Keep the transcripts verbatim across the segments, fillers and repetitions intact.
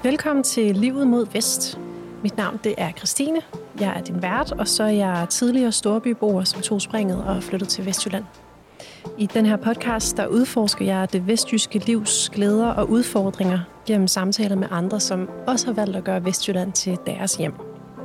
Velkommen til Livet mod Vest. Mit navn det er Christine. Jeg er din vært, og så er jeg tidligere storbyboer, som tog springet og flyttede til Vestjylland. I den her podcast, der udforsker jeg det vestjyske livs glæder og udfordringer gennem samtaler med andre, som også har valgt at gøre Vestjylland til deres hjem.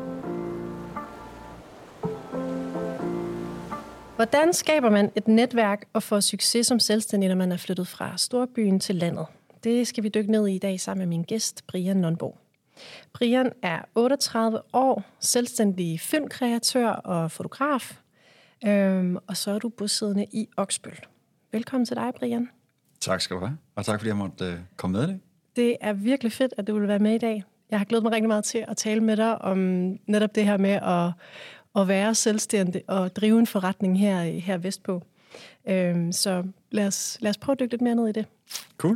Hvordan skaber man et netværk og får succes som selvstændig, når man er flyttet fra storbyen til landet? Det skal vi dykke ned i i dag sammen med min gæst, Brian Nonbo. Brian er otteogtredive år, selvstændig filmkreatør og fotograf, øhm, og så er du bosiddende i Oksbøl. Velkommen til dig, Brian. Tak skal du have, og tak fordi jeg måtte øh, komme med i dag. Det er virkelig fedt, at du vil være med i dag. Jeg har glædet mig rigtig meget til at tale med dig om netop det her med at, at være selvstændig og drive en forretning her, her vestpå. Øhm, så lad os, lad os prøve at dykke lidt mere ned i det. Cool.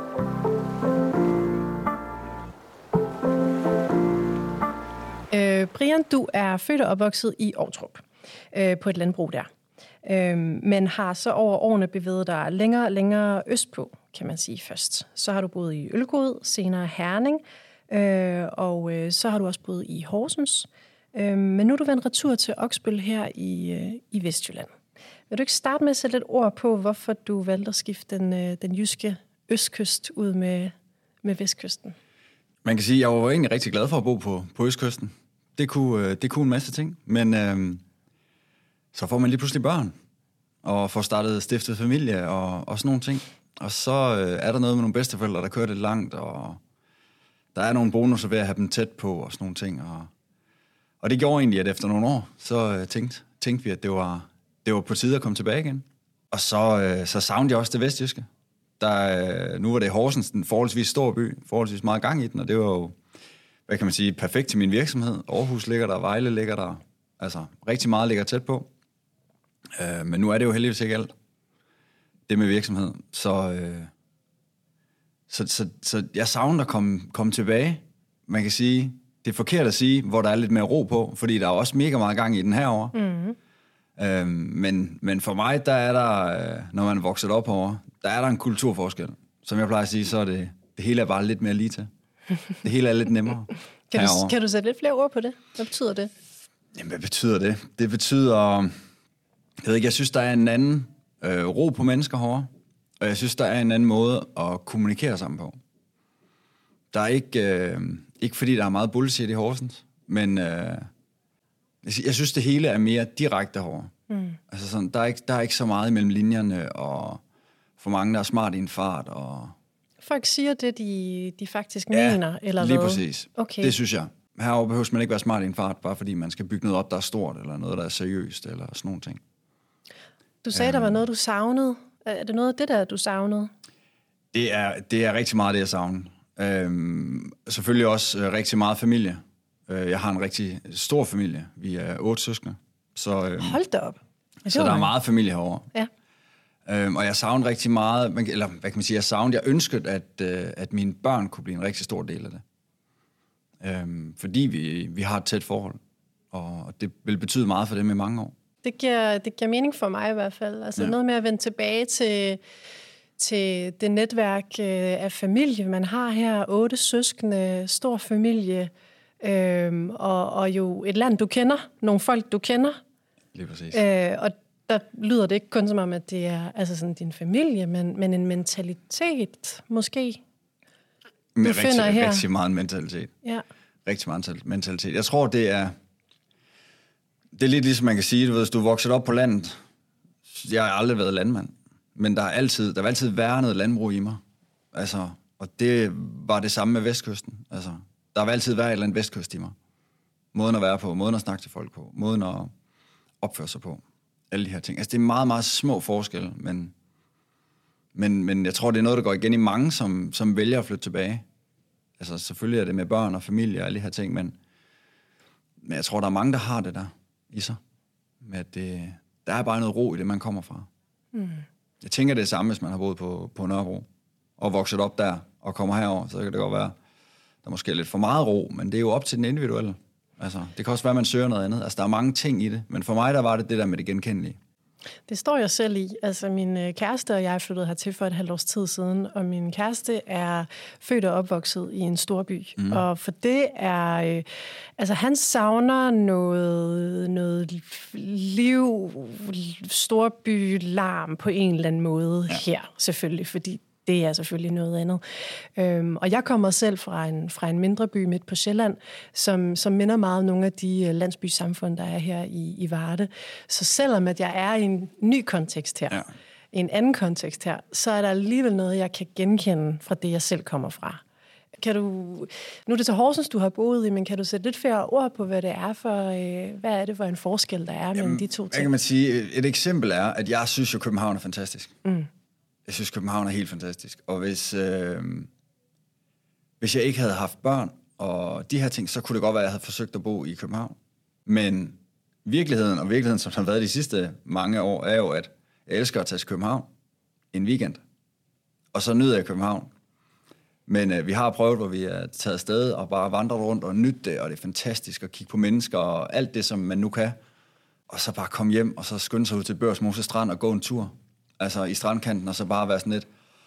Øh, Brian, du er født og opvokset i Ovtrup, øh, på et landbrug der. Øh, men har så over årene bevæget dig længere og længere østpå, kan man sige først. Så har du boet i Ølgod, senere Herning, øh, og øh, så har du også boet i Horsens. Øh, men nu er du vendt retur til Oksbøl her i, øh, i Vestjylland. Vil du ikke starte med at sætte lidt ord på, hvorfor du valgte at skifte den, øh, den jyske østkyst ud med, med vestkysten? Man kan sige, at jeg var egentlig rigtig glad for at bo på, på østkysten. Det kunne, det kunne en masse ting, men øh, så får man lige pludselig børn, og får startet stiftet familie og, og sådan nogle ting. Og så øh, er der noget med nogle bedsteforældre, der kører lidt langt, og der er nogle bonusser ved at have dem tæt på og sådan nogle ting. Og, og det gjorde egentlig, at efter nogle år, så øh, tænkte, tænkte vi, at det var, det var på tide at komme tilbage igen. Og så, øh, så savnede jeg også det vestjyske. Der, nu var det Horsens, en forholdsvis stor by, forholdsvis meget gang i den, og det var jo, hvad kan man sige, perfekt til min virksomhed. Aarhus ligger der, Vejle ligger der, altså rigtig meget ligger tæt på. Øh, men nu er det jo heldigvis ikke alt, det med virksomhed. Så, øh, så, så, så jeg savner at komme, komme tilbage. Man kan sige, det er forkert at sige, hvor der er lidt mere ro på, fordi der er også mega meget gang i den herovre. Mm-hmm. Øh, men, men for mig, der er der, når man er vokset op herovre, der er der en kulturforskel. Som jeg plejer at sige, så er det, det hele er bare lidt mere lige til. Det hele er lidt nemmere. Kan du, kan du sætte lidt flere ord på det? Hvad betyder det? Jamen, hvad betyder det? Det betyder, jeg ved ikke, jeg synes, der er en anden øh, ro på mennesker herovre, og jeg synes, der er en anden måde at kommunikere sammen på. Der er ikke, øh, ikke fordi der er meget bullshit i Horsens, men øh, jeg synes, det hele er mere direkte herovre. Mm. Altså sådan, der er ikke, der er ikke så meget imellem linjerne, og for mange, der er smart i en fart. Og folk siger det, de, de faktisk ja, mener, eller lige hvad? Præcis. Okay. Det synes jeg. Heroppe behøver man ikke være smart i en fart, bare fordi man skal bygge noget op, der er stort, eller noget, der er seriøst, eller sådan nogle ting. Du sagde, um, der var noget, du savnede. Er det noget af det der, du savnede? Det er, det er rigtig meget det, jeg savner. Øhm, selvfølgelig også øh, rigtig meget familie. Øh, jeg har en rigtig stor familie. Vi er otte søskende. Så, øhm, hold da op. Så der er meget familie herovre. Ja. Øhm, og jeg savner rigtig meget, eller hvad kan man sige, jeg savner, jeg ønskede, at, øh, at mine børn kunne blive en rigtig stor del af det. Øhm, fordi vi, vi har et tæt forhold, og det vil betyde meget for dem i mange år. Det giver, det giver mening for mig i hvert fald. Altså ja. Noget med at vende tilbage til, til det netværk øh, af familie, man har her. Otte søskende, stor familie, øh, og, og jo et land, du kender. Nogle folk, du kender. Lige præcis. Øh, og der lyder det ikke kun som om, at det er altså sådan din familie, men, men en mentalitet måske, du rigtig, finder her. Rigtig meget mentalitet. Ja. Rigtig meget mentalitet. Jeg tror, det er det er lidt ligesom man kan sige, du ved, hvis du er vokset op på landet. Jeg har aldrig været landmand, men der er altid, der vil altid være noget landbrug i mig. Altså, og det var det samme med vestkysten. Altså, der vil altid være et eller andet vestkyst i mig. Måden at være på, måden at snakke til folk på, måden at opføre sig på. Alle de her ting. Altså, det er meget, meget små forskelle, men, men, men jeg tror, det er noget, der går igen i mange, som, som vælger at flytte tilbage. Altså, selvfølgelig er det med børn og familie og alle de her ting, men, men jeg tror, der er mange, der har det der i sig. Med at det, der er bare noget ro i det, man kommer fra. Mm. Jeg tænker det samme, hvis man har boet på, på Nørrebro og vokset op der og kommer herover, så kan det godt være, der måske er lidt for meget ro, men det er jo op til den individuelle. Altså, det kan også være, at man søger noget andet. Altså, der er mange ting i det, men for mig, der var det det der med det genkendelige. Det står jeg selv i. Altså, min kæreste og jeg flyttede hertil for et halvt års tid siden, og min kæreste er født og opvokset i en storby. Mm. Og for det er... Øh, altså, han savner noget, noget liv, storby-larm på en eller anden måde ja. her, selvfølgelig, fordi det er selvfølgelig noget andet. Øhm, og jeg kommer selv fra en, fra en mindre by midt på Sjælland, som, som minder meget om nogle af de landsbysamfund, der er her i, i Varde. Så selvom at jeg er i en ny kontekst her, ja. en anden kontekst her, så er der alligevel noget, jeg kan genkende fra det, jeg selv kommer fra. Kan du, nu er det til Horsens, du har boet i, men kan du sætte lidt flere ord på, hvad det er for, øh, hvad er det for en forskel, der er mellem Jamen, de to ting? Kan man sige, et eksempel er, at jeg synes, at København er fantastisk. Mm. Jeg synes, København er helt fantastisk. Og hvis, øh, hvis jeg ikke havde haft børn og de her ting, så kunne det godt være, at jeg havde forsøgt at bo i København. Men virkeligheden, og virkeligheden, som har været de sidste mange år, er jo, at jeg elsker at tage til København en weekend. Og så nyder jeg København. Men øh, vi har prøvet, hvor vi er taget afsted og bare vandret rundt og nydt det, og det er fantastisk at kigge på mennesker og alt det, som man nu kan. Og så bare komme hjem, og så skynde sig ud til Børsmose Strand og gå en tur. Altså i strandkanten, og så bare være sådan lidt,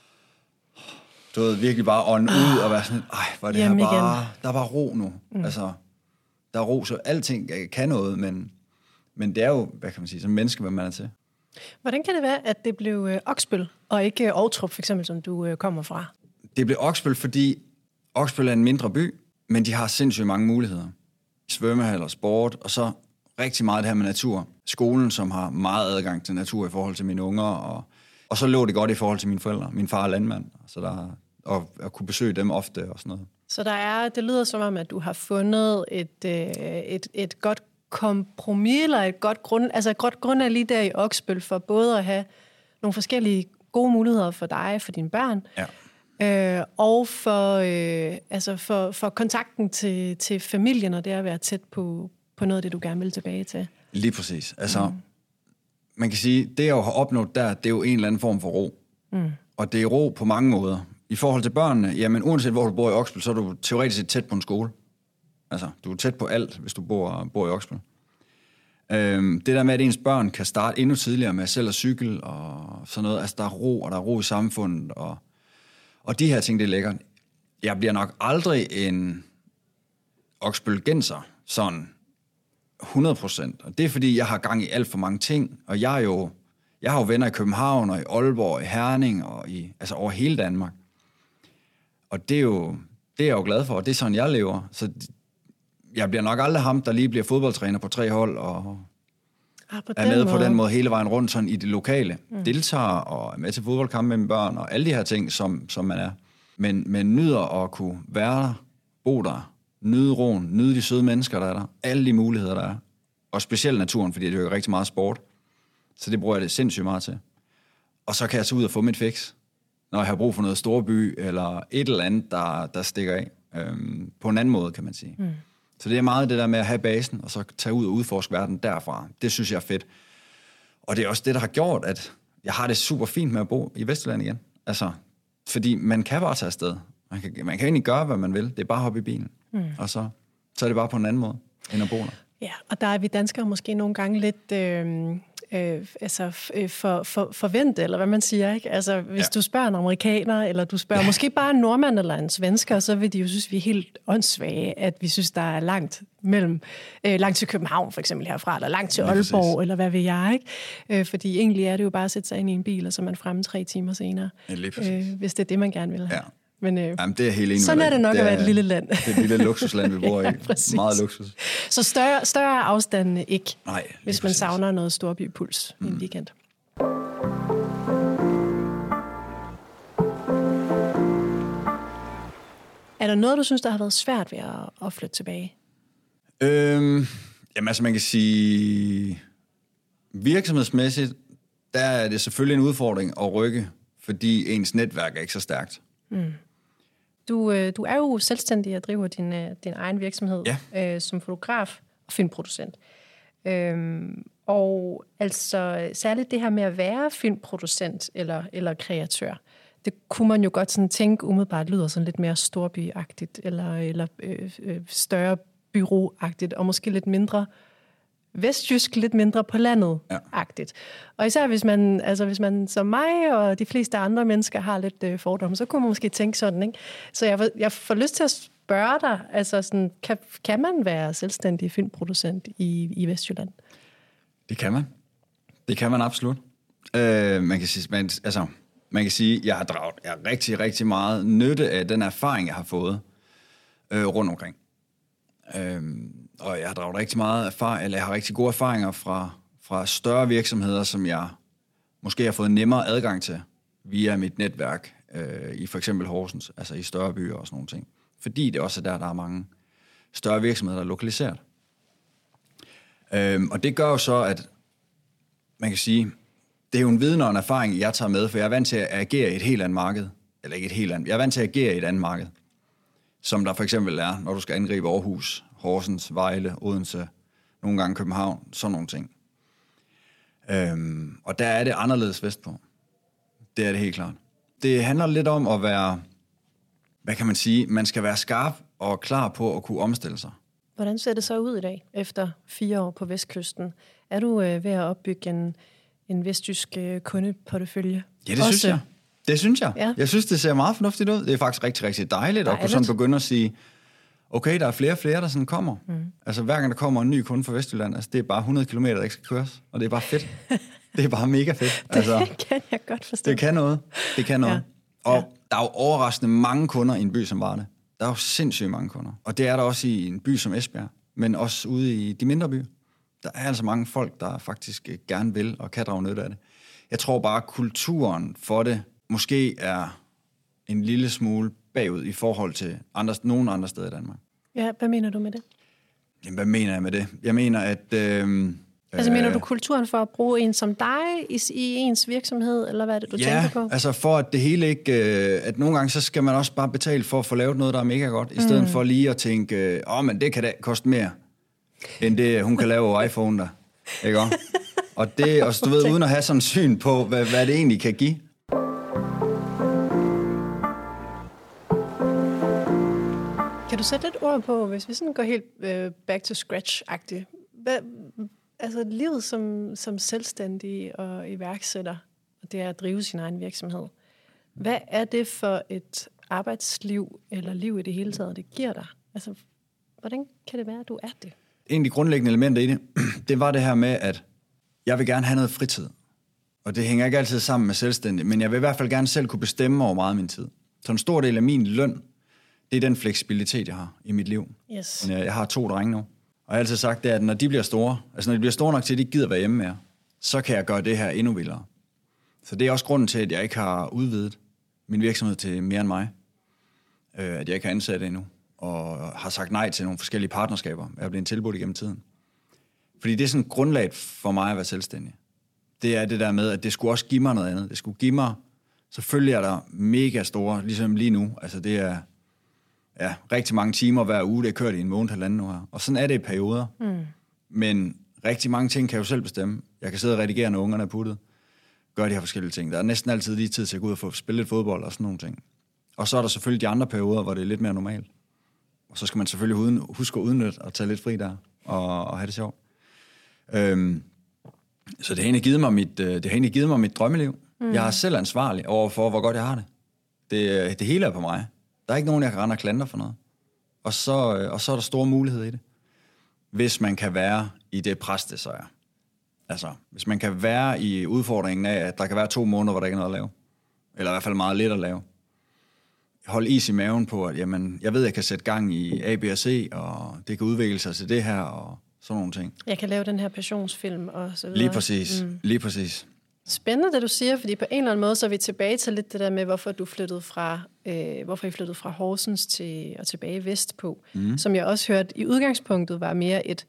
du ved, virkelig bare ånde ud og være sådan lidt, ej, hvor er det Jamen her bare, igen. Der er bare ro nu. Mm. Altså, der er ro, så alting kan noget, men, men det er jo, hvad kan man sige, som menneske, hvad man er til. Hvordan kan det være, at det blev øh, Oksbøl, og ikke øh, Ovtrup, for eksempel, som du øh, kommer fra? Det blev Oksbøl, fordi Oksbøl er en mindre by, men de har sindssygt mange muligheder. Svømmehaller, sport, og så rigtig meget det her med natur. Skolen, som har meget adgang til natur i forhold til mine unger, og, og så lå det godt i forhold til mine forældre. Min far er landmand, så der, og at kunne besøge dem ofte og sådan noget. Så der er, det lyder som om, at du har fundet et, et, et godt kompromis, eller et godt grund, altså et godt grund af lige der i Oksbøl, for både at have nogle forskellige gode muligheder for dig, for dine børn, ja. Øh, og for, øh, altså for, for kontakten til, til familien, og det at være tæt på, på noget af det, du gerne vil tilbage til. Lige præcis. Altså, mm. man kan sige, det jeg har opnået der, det er jo en eller anden form for ro. Mm. Og det er ro på mange måder. I forhold til børnene, jamen uanset hvor du bor i Oksbøl, så er du teoretisk set tæt på en skole. Altså, du er tæt på alt, hvis du bor, bor i Oksbøl. Øhm, det der med, at ens børn kan starte endnu tidligere med selv at cykle og sådan noget, altså der er ro, og der er ro i samfundet, og Og de her ting, det er lækkert. Jeg bliver nok aldrig en oksbølgenser, sådan hundrede procent. Og det er, fordi jeg har gang i alt for mange ting. Og jeg er jo, jeg har jo venner i København, og i Aalborg, og i Herning, og i, altså over hele Danmark. Og det er jo, det er jeg jo glad for, og det er sådan, jeg lever. Så jeg bliver nok aldrig ham, der lige bliver fodboldtræner på tre hold, og ah, er med måde. på den måde hele vejen rundt sådan i det lokale. Mm. Deltager og er med til fodboldkampe med mine børn, og alle de her ting, som, som man er. Men, men nyder at kunne være der, bo der, nyde roen, nyde de søde mennesker, der er der. Alle de muligheder, der er. Og specielt naturen, fordi det er jo rigtig meget sport. Så det bruger jeg det sindssygt meget til. Og så kan jeg så ud og få mit fix, når jeg har brug for noget storby, eller et eller andet, der, der stikker af. Øhm, på en anden måde, kan man sige. Mm. Så det er meget det der med at have basen, og så tage ud og udforske verden derfra. Det synes jeg er fedt. Og det er også det, der har gjort, at jeg har det super fint med at bo i Vestjylland igen. Altså, fordi man kan bare tage afsted. Man kan, man kan egentlig gøre, hvad man vil. Det er bare at hoppe i bilen. Mm. Og så, så er det bare på en anden måde, end at bo der. Ja, og der er vi danskere måske nogle gange lidt øh, øh, altså for, for, forventet, eller hvad man siger, ikke? Altså, hvis ja. du spørger en amerikaner, eller du spørger ja. måske bare en nordmand eller en svensker, så vil de jo synes, vi er helt åndssvage, at vi synes, der er langt mellem, øh, langt til København for eksempel herfra, eller langt til Aalborg, eller hvad ved jeg, ikke? Øh, fordi egentlig er det jo bare at sætte sig ind i en bil, og så er man fremme tre timer senere, ja, øh, hvis det er det, man gerne vil have. Ja. Men, øh, Jamen, det er helt enig sådan er det nok det at være et lille land. Det er et lille luksusland, vi bor ja, i. Meget luksus. Så større, større afstande ikke, Nej, hvis man præcis. savner noget storbypuls mm. i en weekend. Er der noget, du synes, der har været svært ved at, at flytte tilbage? Øhm, jamen altså, man kan sige, virksomhedsmæssigt, der er det selvfølgelig en udfordring at rykke, fordi ens netværk er ikke så stærkt. Mm. Du, øh, du er jo selvstændig og driver din, øh, din egen virksomhed ja. øh, som fotograf og filmproducent. Øhm, og altså særligt det her med at være filmproducent eller, eller kreatør, det kunne man jo godt sådan tænke umiddelbart lyder sådan lidt mere storbyagtigt eller, eller øh, øh, større byråagtigt og måske lidt mindre vestjysk, lidt mindre på landet-agtigt. Ja. Og især hvis man, altså hvis man som mig og de fleste andre mennesker har lidt øh, fordomme, så kunne man måske tænke sådan, ikke? Så jeg, jeg får lyst til at spørge dig, altså sådan, kan, kan man være selvstændig filmproducent i, i Vestjylland? Det kan man. Det kan man absolut. Øh, man kan sige, man, altså, man kan sige, jeg har draget jeg har rigtig, rigtig meget nytte af den erfaring, jeg har fået øh, rundt omkring. Øh, og jeg har draget rigtig meget erfaring, eller jeg har rigtig gode erfaringer fra, fra større virksomheder, som jeg måske har fået nemmere adgang til via mit netværk øh, i for eksempel Horsens, altså i større byer og sådan nogle ting. Fordi det også er der, der er mange større virksomheder, der er lokaliseret. Øh, og det gør jo så, at man kan sige, det er jo en viden og en erfaring, jeg tager med, for jeg er vant til at agere i et helt andet marked. Eller ikke et helt andet. Jeg er vant til at agere i et andet marked. Som der for eksempel er, når du skal angribe Aarhus, Horsens, Vejle, Odense, nogle gange København, sådan nogle ting. Øhm, og der er det anderledes vestpå. Det er det helt klart. Det handler lidt om at være, hvad kan man sige, man skal være skarp og klar på at kunne omstille sig. Hvordan ser det så ud i dag, efter fire år på Vestkysten? Er du øh, ved at opbygge en, en vestjysk øh, kundeportefølje? Ja, det Også? synes jeg. Det synes jeg. Ja. Jeg synes, det ser meget fornuftigt ud. Det er faktisk rigtig, rigtig dejligt, dejligt. at kunne sådan begynde at sige, okay, der er flere og flere, der sådan kommer. Mm. Altså hver gang der kommer en ny kunde fra Vestjylland, altså det er bare hundrede kilometer, der ikke skal køres. Og det er bare fedt. Det er bare mega fedt. Altså, det kan jeg godt forstå. Det kan noget. Det kan noget. Ja. Og ja. Der er jo overraskende mange kunder i en by som Varde. Der er jo sindssygt mange kunder. Og det er der også i en by som Esbjerg, men også ude i de mindre byer. Der er altså mange folk, der faktisk gerne vil og kan drage nytte af det. Jeg tror bare, at kulturen for det måske er en lille smule bagud i forhold til andre, nogle andre steder i Danmark. Ja, hvad mener du med det? Jamen, hvad mener jeg med det? Jeg mener, at... Øh, altså, mener du kulturen for at bruge en som dig i, i ens virksomhed, eller hvad er det, du ja, tænker på? Ja, altså for at det hele ikke... Øh, at nogle gange, så skal man også bare betale for at få lavet noget, der er mega godt, i stedet mm. for lige at tænke, åh, oh, men det kan da koste mere, end det, hun kan lave over iPhone der. Ikke også? Og det, og du ved, uden at have sådan syn på, hvad, hvad det egentlig kan give. Kan du sætte lidt ord på, hvis vi sådan går helt uh, back to scratch-agtigt? Hvad, altså livet som, som selvstændig og iværksætter, og det er at drive sin egen virksomhed. Hvad er det for et arbejdsliv, eller liv i det hele taget, det giver dig? Altså, hvordan kan det være, at du er det? En af de grundlæggende elementer i det, det var det her med, at jeg vil gerne have noget fritid. Og det hænger ikke altid sammen med selvstændig, men jeg vil i hvert fald gerne selv kunne bestemme over meget af min tid. Så en stor del af min løn, det er den fleksibilitet, jeg har i mit liv. Yes. Jeg har to drenge nu, og jeg har altid sagt, det er, at når de bliver store, altså når de bliver store nok til, at de gider være hjemme mere, så kan jeg gøre det her endnu vildere. Så det er også grunden til, at jeg ikke har udvidet min virksomhed til mere end mig. At jeg ikke har ansat endnu, og har sagt nej til nogle forskellige partnerskaber, jeg er blevet tilbudt igennem tiden. Fordi det er sådan grundlaget for mig at være selvstændig. Det er det der med, at det skulle også give mig noget andet. Det skulle give mig, selvfølgelig er der mega store, ligesom lige nu, altså det er ja, rigtig mange timer hver uge, det er kørt i en måned, halvanden nu her. Og sådan er det i perioder. Mm. Men rigtig mange ting kan jeg jo selv bestemme. Jeg kan sidde og redigere, når ungerne er puttet. Gøre de her forskellige ting. Der er næsten altid lige tid til at gå ud og få spille lidt fodbold og sådan nogle ting. Og så er der selvfølgelig de andre perioder, hvor det er lidt mere normalt. Og så skal man selvfølgelig huske at udnytte og tage lidt fri der og, og have det sjovt. Øhm, så det har egentlig givet mig mit, det har egentlig givet mig mit drømmeliv. Mm. Jeg er selv ansvarlig overfor, hvor godt jeg har det. Det, det hele er på mig. Der er ikke nogen, jeg kan rende og klandre for noget. Og så, og så er der store muligheder i det. Hvis man kan være i det pres, det så er. Altså, hvis man kan være i udfordringen af, at der kan være to måneder, hvor der ikke er noget at lave. Eller i hvert fald meget lidt at lave. Hold is i maven på, at jamen, jeg ved, at jeg kan sætte gang i A, B og C, og det kan udvikle sig til det her, og sådan nogle ting. Jeg kan lave den her passionsfilm, og så videre. Lige præcis, mm. lige præcis. Spændende, det du siger, fordi på en eller anden måde, så er vi tilbage til lidt det der med, hvorfor du flyttede fra, øh, hvorfor I flyttede fra Horsens til, og tilbage vestpå, mm. som jeg også hørte i udgangspunktet var mere et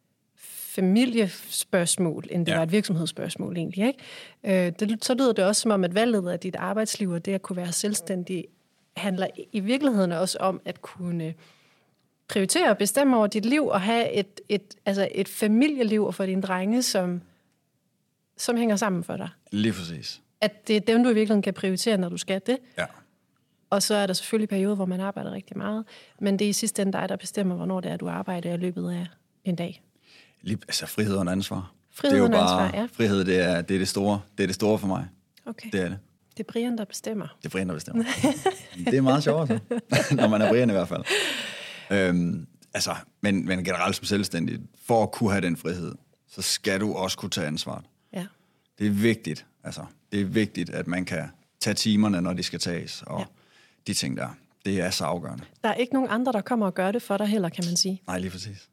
familiespørgsmål, end det ja. var et virksomhedsspørgsmål egentlig, ikke? Øh, det, så lyder det også som om, at valget af dit arbejdsliv og det at kunne være selvstændig, handler i virkeligheden også om at kunne prioritere og bestemme over dit liv og have et, et, altså et familieliv og for dine drenge, som som hænger sammen for dig. Lige præcis. At det er dem, du i virkeligheden kan prioritere, når du skal det. Ja. Og så er der selvfølgelig perioder, hvor man arbejder rigtig meget. Men det er i sidste ende dig, der bestemmer, hvornår det er, du arbejder i løbet af en dag. Lige, altså frihed og ansvar. Frihed det er og jo bare, ansvar, ja. Frihed, det er, det er det store. Det er det store for mig. Okay. Det er det. Det er Brian, der bestemmer. Det er Brian, der bestemmer. Det er meget sjovt, så. Når man er Brian i hvert fald. Øhm, altså, men, men generelt som selvstændig, for at kunne have den frihed, så skal du også kunne tage ansvar. Ja. Det er vigtigt. Altså, det er vigtigt, at man kan tage timerne, når de skal tages, og ja. de ting der. Det er så afgørende. Der er ikke nogen andre, der kommer og gør det for dig heller, kan man sige. Nej, lige præcis.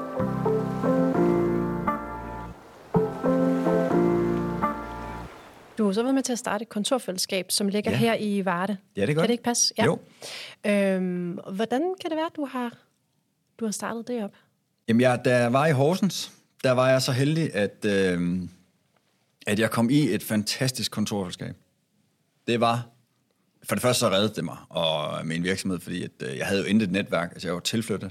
Du har så været med til at starte et kontorfællesskab, som ligger ja. her i Varde. Ja, det gør Kan det ikke passe? Ja. Jo. Øhm, hvordan kan det være, at du har, du har startet det op? Jamen, jeg, da jeg var i Horsens, der var jeg så heldig, at, øh, at jeg kom i et fantastisk kontorfællesskab. Det var, for det første så reddede det mig og min virksomhed, fordi at, øh, jeg havde jo intet netværk, altså jeg var tilflyttet.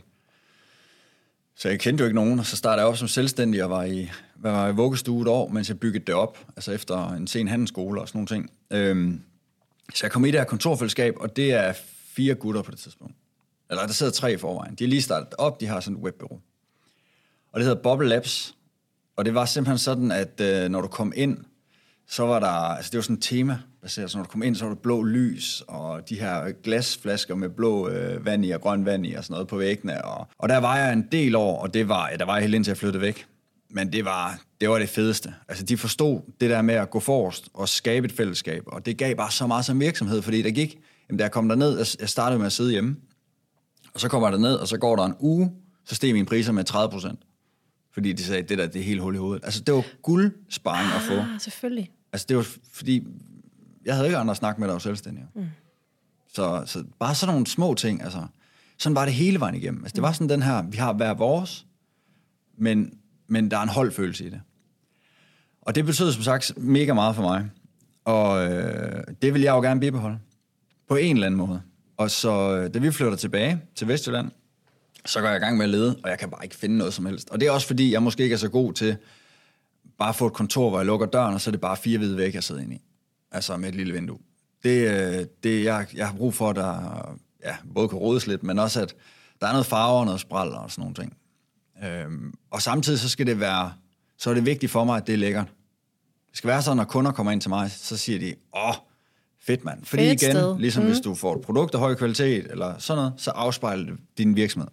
Så jeg kendte jo ikke nogen, og så startede jeg op som selvstændig og var i, var i vuggestue et år, mens jeg byggede det op, altså efter en sen handelsskole og sådan nogle ting. Øhm, så jeg kom i det her kontorfællesskab, og det er fire gutter på det tidspunkt. Eller der sidder tre i forvejen. De er lige startet op, de har sådan et webbureau. Og det hedder Bubble Labs, og det var simpelthen sådan, at øh, når du kom ind, så var der, altså det var sådan et tema, så når du kom ind, så var der blå lys, og de her glasflasker med blå øh, vand i og grøn vand i og sådan noget på væggene. Og, og der var jeg en del år, og det var, ja, der var jeg helt indtil jeg flyttede væk. Men det var, det var det fedeste. Altså de forstod det der med at gå forrest og skabe et fællesskab, og det gav bare så meget som virksomhed, fordi der gik, jamen da jeg kom derned, jeg startede med at sidde hjemme, og så kommer jeg derned, og så går der en uge, så steg mine priser med tredive procent. Fordi de sagde, det der, det er helt hul i hovedet. Altså det var guldsparing ah, at få. Selvfølgelig. Altså det var fordi, jeg havde ikke andre at snakke med, der var selvstændige. Mm. Så, så bare sådan nogle små ting, altså. Sådan var det hele vejen igennem. Altså det var sådan den her, vi har hver vores, men, men der er en holdfølelse i det. Og det betød som sagt mega meget for mig. Og øh, det vil jeg jo gerne bibeholde. På en eller anden måde. Og så da vi flytter tilbage til Vestjylland, så går jeg i gang med at lede, og jeg kan bare ikke finde noget som helst. Og det er også fordi, jeg måske ikke er så god til bare at få et kontor, hvor jeg lukker døren, og så er det bare fire hvide vægge, jeg sidder inde i. Altså med et lille vindue. Det, det jeg, jeg har brug for, at der ja, både kan rodes lidt, men også at der er noget farver og noget spræl og sådan nogle ting. Øhm, og samtidig så skal det være, så er det vigtigt for mig, at det er lækkert. Det skal være sådan, når kunder kommer ind til mig, så siger de, åh, fedt mand. Fordi fedt igen, sted. ligesom mm. hvis du får et produkt af høj kvalitet, eller sådan noget, så afspejler det din virksomhed.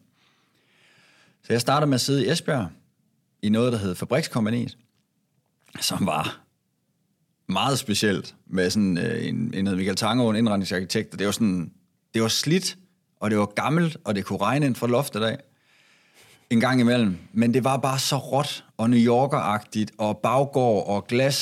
Så jeg startede med at sidde i Esbjerg, i noget, der hed Fabrikskompagniet, som var meget specielt, med sådan øh, en, en Michael Tango, en indretningsarkitekt, og det var sådan, det var slidt, og det var gammelt, og det kunne regne ind fra loftet af, en gang imellem, men det var bare så råt, og New Yorker-agtigt, og baggård, og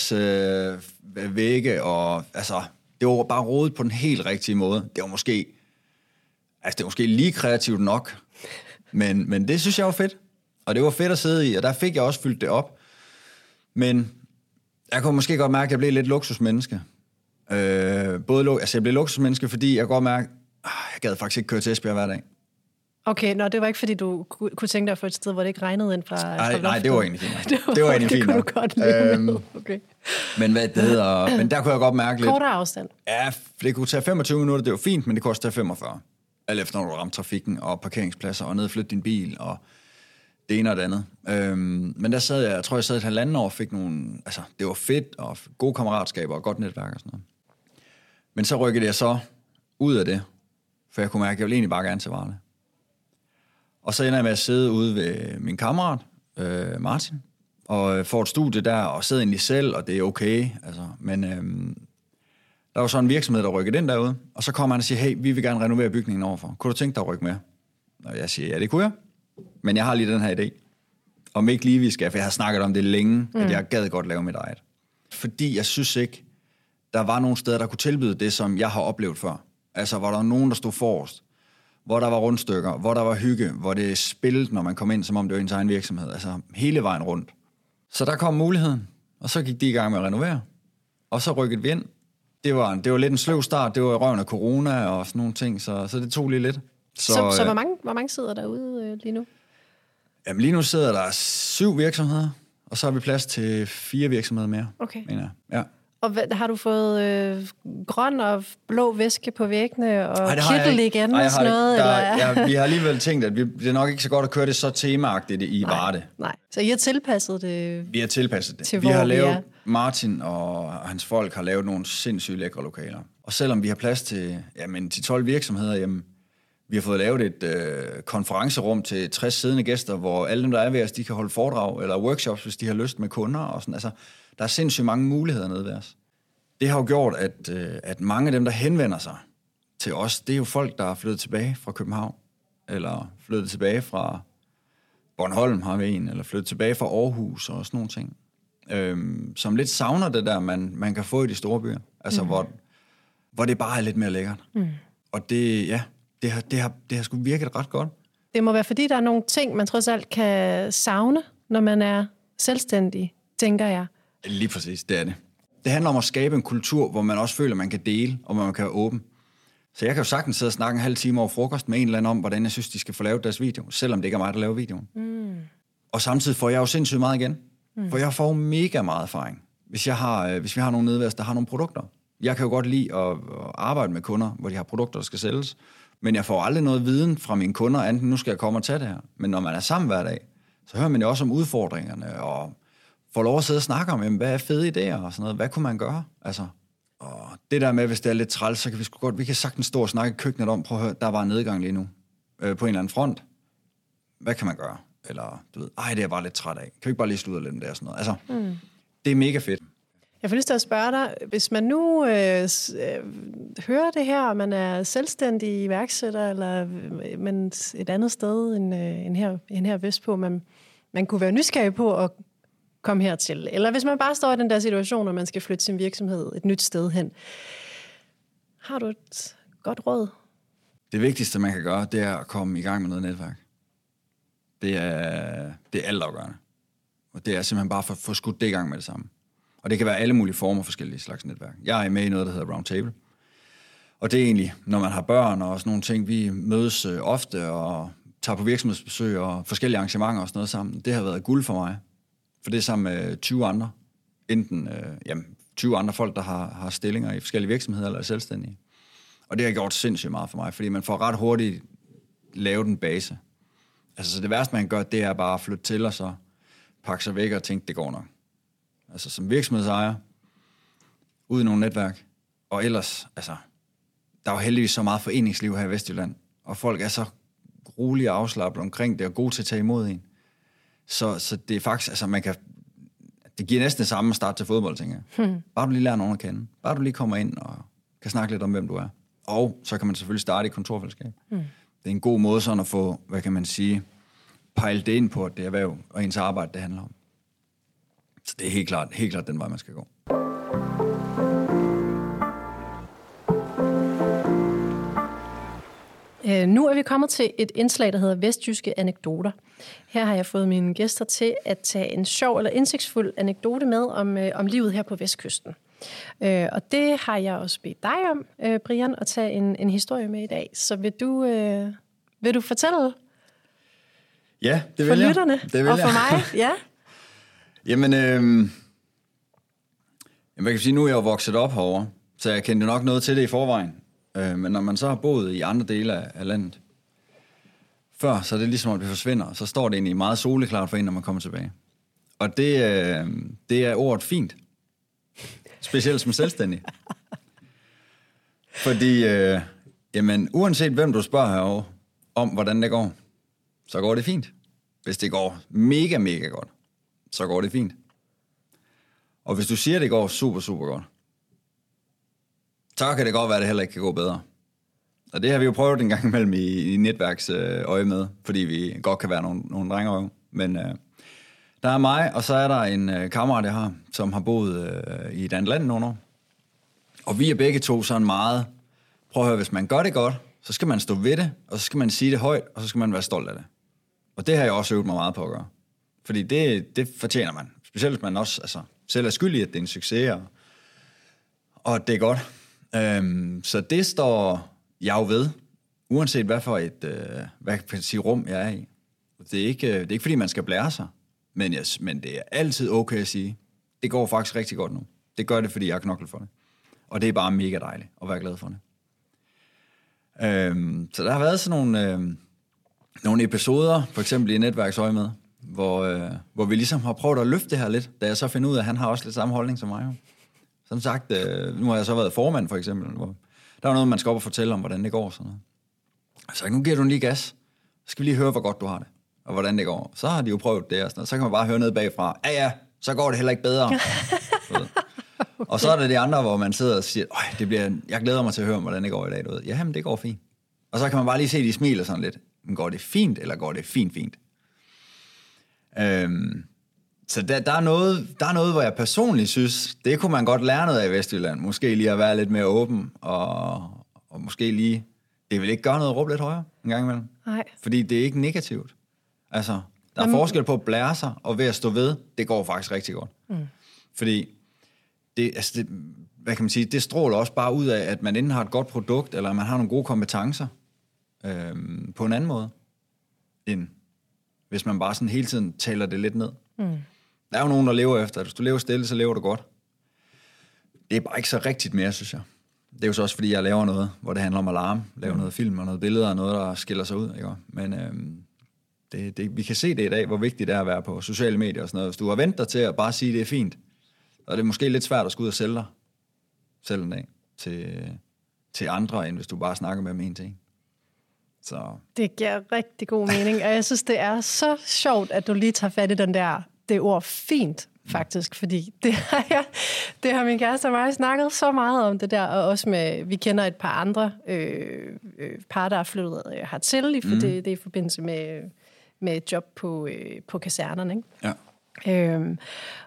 glasvægge, øh, og altså, det var bare rodet på den helt rigtige måde. Det var måske, altså det var måske lige kreativt nok, men, men det synes jeg var fedt, og det var fedt at sidde i, og der fik jeg også fyldt det op, men jeg kunne måske godt mærke, at jeg blev lidt luksusmenneske. Øh, både, altså jeg blev luksusmenneske, fordi jeg kunne godt mærke, at jeg gad faktisk ikke køre til Esbjerg hver dag. Okay, nå, det var ikke, fordi du kunne tænke dig at få et sted, hvor det ikke regnede ind fra, nej, fra nej, det var egentlig fint. det var, det var egentlig det fint kunne du godt leve øhm, med. Okay. Men hvad det hedder, men der kunne jeg godt mærke lidt. Kortere afstand. Ja, det kunne tage femogtyve minutter, det var fint, men det kunne også tage femogfyrre. Alt efter, når du ramte trafikken og parkeringspladser og ned og flytte din bil og det ene og det andet. Øhm, men der sad jeg, jeg tror, jeg sad et halvanden år og fik nogle, altså det var fedt og gode kammeratskaber og godt netværk og sådan noget. Men så rykkede jeg så ud af det, for jeg kunne mærke, at jeg ville egentlig bare gerne til Varde. Og så ender jeg med at sidde ude ved min kammerat, øh, Martin, og får et studie der, og sidder egentlig selv, og det er okay. Altså, men øhm, der var så en virksomhed, der rykkede ind derude, og så kommer han og siger, hey, vi vil gerne renovere bygningen overfor. Kunne du tænke dig at rykke med? Og jeg siger, ja, det kunne jeg. Men jeg har lige den her idé. Om ikke lige vi skal, for jeg har snakket om det længe, mm. at jeg gad godt lave mit eget. Fordi jeg synes ikke, der var nogle steder, der kunne tilbyde det, som jeg har oplevet før. Altså, hvor der var nogen, der stod forrest, hvor der var rundstykker, hvor der var hygge, hvor det spillede, når man kom ind, som om det var ens egen virksomhed. Altså, hele vejen rundt. Så der kom muligheden, og så gik de i gang med at renovere. Og så rykkede vi ind. Det var, det var lidt en sløv start, det var i røven af corona og sådan nogle ting, så, så det tog lige lidt. Så, så, så hvor, mange, hvor mange sidder derude øh, lige nu? Jamen lige nu sidder der syv virksomheder, og så har vi plads til fire virksomheder mere. Okay. Mener jeg. Ja. Og hvad, har du fået øh, grøn og blå væske på væggene, og Ej, kittel igen og sådan noget? Der, eller? ja, vi har alligevel tænkt, at vi, det er nok ikke så godt at køre det så temaagtigt i nej, Varde. Nej, så I har tilpasset det? Vi har tilpasset det. Til vi har lavet, vi Martin og hans folk har lavet nogle sindssygt lækre lokaler. Og selvom vi har plads til, jamen, til tolv virksomheder, jamen, vi har fået lavet et øh, konferencerum til tres siddende gæster, hvor alle dem, der er ved os, de kan holde foredrag eller workshops, hvis de har lyst med kunder. Og sådan. Altså, der er sindssygt mange muligheder nede ved os. Det har jo gjort, at, øh, at mange af dem, der henvender sig til os, det er jo folk, der er flyttet tilbage fra København, eller flyttet tilbage fra Bornholm, har vi en, eller flyttet tilbage fra Aarhus og sådan nogle ting. Øhm, som lidt savner det der, man, man kan få i de store byer. Altså, mm. hvor, hvor det bare er lidt mere lækkert. Mm. Og det, ja, det har, det, har, det har sgu virket ret godt. Det må være, fordi der er nogle ting, man trods alt kan savne, når man er selvstændig, tænker jeg. Lige præcis, det er det. Det handler om at skabe en kultur, hvor man også føler, at man kan dele, og hvor man kan være åben. Så jeg kan jo sagtens sidde og snakke en halv time over frokost med en eller anden om, hvordan jeg synes, de skal få lavet deres video, selvom det ikke er mig, der laver videoen. Mm. Og samtidig får jeg jo sindssygt meget igen. Mm. For jeg får mega meget erfaring, hvis, jeg har, hvis vi har nogle nede der har nogle produkter. Jeg kan jo godt lide at, at arbejde med kunder, hvor de har produkter, der skal sælges. Men jeg får aldrig noget viden fra mine kunder, enten nu skal jeg komme og tage det her. Men når man er sammen hver dag, så hører man jo også om udfordringerne, og får lov at sidde og snakke om, jamen, hvad er fede idéer og sådan noget. Hvad kunne man gøre? Altså, og det der med, hvis det er lidt træls, så kan vi sgu godt, vi kan sagtens stå og snakke i køkkenet om, prøv at høre, der var en nedgang lige nu, øh, på en eller anden front. Hvad kan man gøre? Eller, du ved, ej, det er jeg bare lidt træt af. Kan vi ikke bare lige slutte lidt med det og sådan noget? Altså, mm. det er mega fedt. Jeg får lyst til at spørge dig, hvis man nu øh, øh, hører det her, og man er selvstændig iværksætter, eller men et andet sted end, øh, end, her, end her vestpå, man, man kunne være nysgerrig på at komme hertil. Eller hvis man bare står i den der situation, og man skal flytte sin virksomhed et nyt sted hen. Har du et godt råd? Det vigtigste, man kan gøre, det er at komme i gang med noget netværk. Det er, det er altafgørende. Og det er simpelthen bare for at få skudt det i gang med det samme. Og det kan være alle mulige former for forskellige slags netværk. Jeg er med i noget, der hedder Roundtable. Og det er egentlig, når man har børn og sådan nogle ting, vi mødes ofte og tager på virksomhedsbesøg og forskellige arrangementer og sådan noget sammen. Det har været guld for mig. For det er sammen med tyve andre. Enten øh, jamen, tyve andre folk, der har, har stillinger i forskellige virksomheder eller er selvstændige. Og det har gjort sindssygt meget for mig, fordi man får ret hurtigt lavet en base. Altså, så det værste, man kan gøre, det er bare at flytte til og så pakke sig væk og tænke, det går nok. Altså, som virksomhedsejer, ud i nogle netværk. Og ellers, altså, der er jo heldigvis så meget foreningsliv her i Vestjylland, og folk er så rolige og afslappet omkring det, og gode til at tage imod en. Så, så det er faktisk, altså man kan, det giver næsten det samme at starte til fodbold, tænker jeg. Hmm. Bare du lige lærer nogen at kende. Bare du lige kommer ind og kan snakke lidt om, hvem du er. Og så kan man selvfølgelig starte i kontorfællesskab. Hmm. Det er en god måde sådan at få, hvad kan man sige, pejle det ind på, at det erhverv og ens arbejde, det handler om. Så det er helt klart, helt klart den vej, man skal gå. Nu er vi kommet til et indslag, der hedder Vestjyske Anekdoter. Her har jeg fået mine gæster til at tage en sjov eller indsigtsfuld anekdote med om, øh, om livet her på Vestkysten. Øh, og det har jeg også bedt dig om, øh, Brian, at tage en, en historie med i dag. Så vil du, øh, vil du fortælle ja, det vil for jeg. lytterne det vil og for jeg. mig? Ja. Jamen, øh, jeg kan sige, nu er jeg jo vokset op herovre, så jeg kendte nok noget til det i forvejen. Men når man så har boet i andre dele af landet før, så er det ligesom, at det forsvinder. Så står det egentlig meget soleklart for en, når man kommer tilbage. Og det, det er ordet fint. Specielt som selvstændig. Fordi, øh, jamen, uanset hvem du spørger herovre om, hvordan det går, så går det fint. Hvis det går mega, mega godt, så går det fint. Og hvis du siger, at det går super, super godt, så kan det godt være, at det heller ikke kan gå bedre. Og det har vi jo prøvet en gang imellem i, i netværks øh, øje med, fordi vi godt kan være nogle, nogle drengerøve. Men øh, der er mig, og så er der en øh, kammerat, jeg har, som har boet øh, i et andet land nogle år. Og vi er begge to sådan meget, prøv at høre, hvis man gør det godt, så skal man stå ved det, og så skal man sige det højt, og så skal man være stolt af det. Og det har jeg også øvet mig meget på at gøre. Fordi det, det fortjener man. Specielt hvis man også altså, selv er skyldig, at det er en succes, og, og det er godt. Øhm, så det står jeg jo ved, uanset hvad for et øh, hvad kan jeg sige, rum jeg er i. Det er, ikke, det er ikke fordi, man skal blære sig, men, jeg, men det er altid okay at sige, det går faktisk rigtig godt nu. Det gør det, fordi jeg har knoklet for det. Og det er bare mega dejligt at være glad for det. Øhm, så der har været sådan nogle, øhm, nogle episoder, for eksempel i Netværksøje med, hvor, øh, hvor vi ligesom har prøvet at løfte det her lidt, da jeg så finder ud af, at han har også lidt samme holdning som mig. Jo. Som sagt, øh, nu har jeg så været formand for eksempel, hvor der er noget, man skal op og fortælle om, hvordan det går. Sådan noget. Så nu giver du lige gas, så skal vi lige høre, hvor godt du har det, og hvordan det går. Så har de jo prøvet det, og sådan noget. Så kan man bare høre ned bagfra, ja ja, så går det heller ikke bedre. Okay. Og så er der de andre, hvor man sidder og siger, det bliver, jeg glæder mig til at høre, hvordan det går i dag. Du ved. Ja, men det går fint. Og så kan man bare lige se, de smiler sådan lidt. Men går det fint, eller går det fint, fint? Øhm, så der, der, er noget, der er noget, hvor jeg personligt synes, det kunne man godt lære noget af i Vestjylland. Måske lige at være lidt mere åben, og, og måske lige, det vil ikke gøre noget at råbe lidt højere en gang imellem. Nej. Fordi det er ikke negativt. Altså, der er Jamen. forskel på at blære sig, og ved at stå ved, det går faktisk rigtig godt. Mm. Fordi det, altså det, hvad kan man sige, det stråler også bare ud af, at man enten har et godt produkt, eller man har nogle gode kompetencer øhm, på en anden måde, end hvis man bare sådan hele tiden taler det lidt ned. Mm. Der er jo nogen, der lever efter, at hvis du lever stille, så lever du godt. Det er bare ikke så rigtigt mere, synes jeg. Det er jo så også, fordi jeg laver noget, hvor det handler om alarm, lave mm. noget film og noget billeder og noget, der skiller sig ud. Ikke? Men øhm, det, det, vi kan se det i dag, hvor vigtigt det er at være på sociale medier og sådan noget. Hvis du har ventet dig til at bare sige, at det er fint, så er det måske lidt svært at skulle ud og sælge dig selv en dag til, til andre, end hvis du bare snakker med dem en ting. Så. Det giver rigtig god mening, og jeg synes, det er så sjovt, at du lige tager fat i den der, det ord fint, faktisk, fordi det har, jeg, det har min kæreste og mig snakket så meget om det der, og også med, vi kender et par andre øh, øh, par, der er flyttet øh, hertil, i for mm. det, det er i forbindelse med, med et job på, øh, på kasernerne, ikke? Ja. Øhm,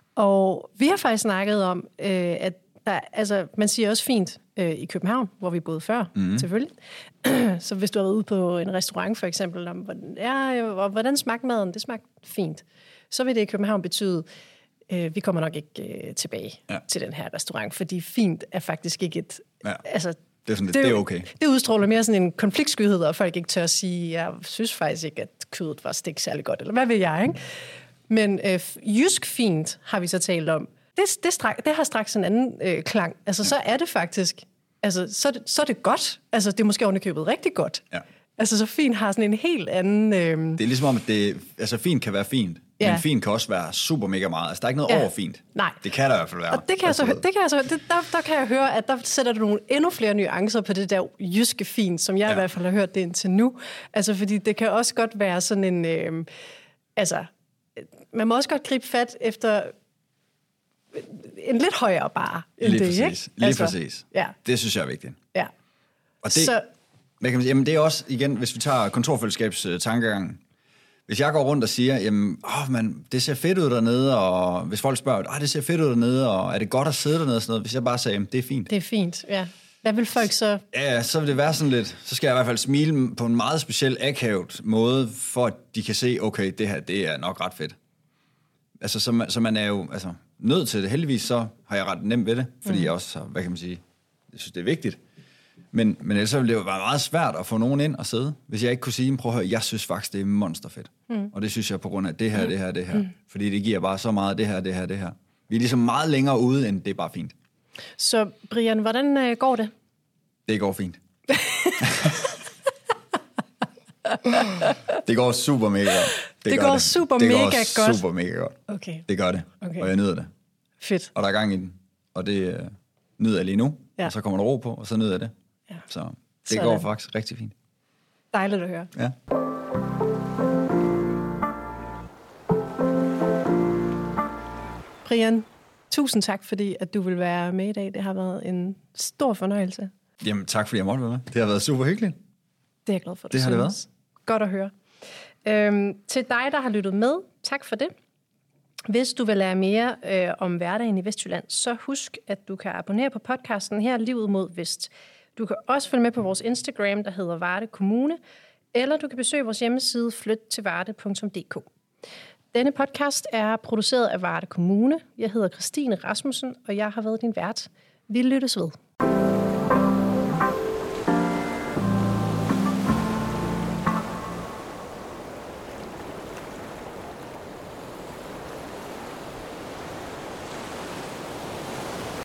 og vi har faktisk snakket om, øh, at der, altså, man siger også fint øh, i København, hvor vi boede før, mm. selvfølgelig. Så hvis du har været ude på en restaurant, for eksempel, om hvordan, ja, og hvordan smagte maden, det smagte fint, så vil det i København betyde, øh, vi kommer nok ikke øh, tilbage ja. til den her restaurant, fordi fint er faktisk ikke et... Ja. Altså, det er, sådan, det, det er okay. Det udstråler mere sådan en konfliktskyhed, og folk ikke tør at sige, jeg synes faktisk ikke, at kødet var stik særlig godt, eller hvad vil jeg, ikke? Men øh, jysk fint har vi så talt om. Det, det, strak, det har straks en anden øh, klang. Altså, så er det faktisk... Altså, så er det, så er det godt. Altså, det er måske ovenikøbet rigtig godt. Ja. Altså, så fint har sådan en helt anden... Øh... Det er ligesom om, at det... Altså, fint kan være fint. Ja. Men fint kan også være super mega meget. Altså, der er ikke noget ja. over fint. Nej. Det kan der i hvert fald være. Og det kan jeg så, det kan jeg så det, der, der kan jeg høre, at der sætter du nogle endnu flere nuancer på det der jyske fint, som jeg ja. i hvert fald har hørt det indtil nu. Altså, fordi det kan også godt være sådan en... Øh, altså, man må også godt gribe fat efter... en lidt højere bare end lige det, præcis. ikke? Lige altså, præcis. Ja. Det synes jeg er vigtigt. Ja. Og det, så, hvad kan man sige? Jamen det er også, igen, hvis vi tager kontorfællesskabs uh, tankegangen. Hvis jeg går rundt og siger, jamen, åh, man, det ser fedt ud dernede, og hvis folk spørger, åh, det ser fedt ud dernede, og er det godt at sidde dernede og sådan noget, hvis jeg bare sagde, jamen, det er fint. Det er fint, ja. Hvad vil folk så... Ja, så vil det være sådan lidt, så skal jeg i hvert fald smile på en meget speciel akavet måde, for at de kan se, okay, det her, det er nok ret fedt. Altså, så man, så man er jo, altså... nødt til det. Heldigvis så har jeg ret nemt ved det, fordi mm. jeg også, hvad kan man sige, jeg synes, det er vigtigt. Men, men ellers ville det jo være meget svært at få nogen ind og sidde, hvis jeg ikke kunne sige, prøv at høre, jeg synes faktisk, det er monsterfedt. Mm. Og det synes jeg på grund af det her, det her, det her. Mm. Fordi det giver bare så meget det her, det her, det her. Vi er ligesom meget længere ude, end det er bare fint. Så Brian, hvordan øh, går det? Det går fint. Det går super mega godt. Det, det går det. super det mega går godt? super mega godt. Okay. Det gør det, okay. Og jeg nyder det. Fedt. Og der er gang i den, og det øh, nyder jeg lige nu, ja. Og så kommer der ro på, og så nyder jeg det. Ja. Så det Sådan. går faktisk rigtig fint. Dejligt at høre. Ja. Brian, tusind tak, fordi at du vil være med i dag. Det har været en stor fornøjelse. Jamen tak, fordi jeg måtte være med. Det har været super hyggeligt. Det er jeg glad for, det har det været. Godt at høre. Øhm, til dig, der har lyttet med, tak for det. Hvis du vil lære mere øh, om hverdagen i Vestjylland, så husk, at du kan abonnere på podcasten her, Livet mod Vest. Du kan også følge med på vores Instagram, der hedder Varde Kommune, eller du kan besøge vores hjemmeside flyt til varde punktum d k. Denne podcast er produceret af Varde Kommune. Jeg hedder Christine Rasmussen, og jeg har været din vært. Vi lyttes ved.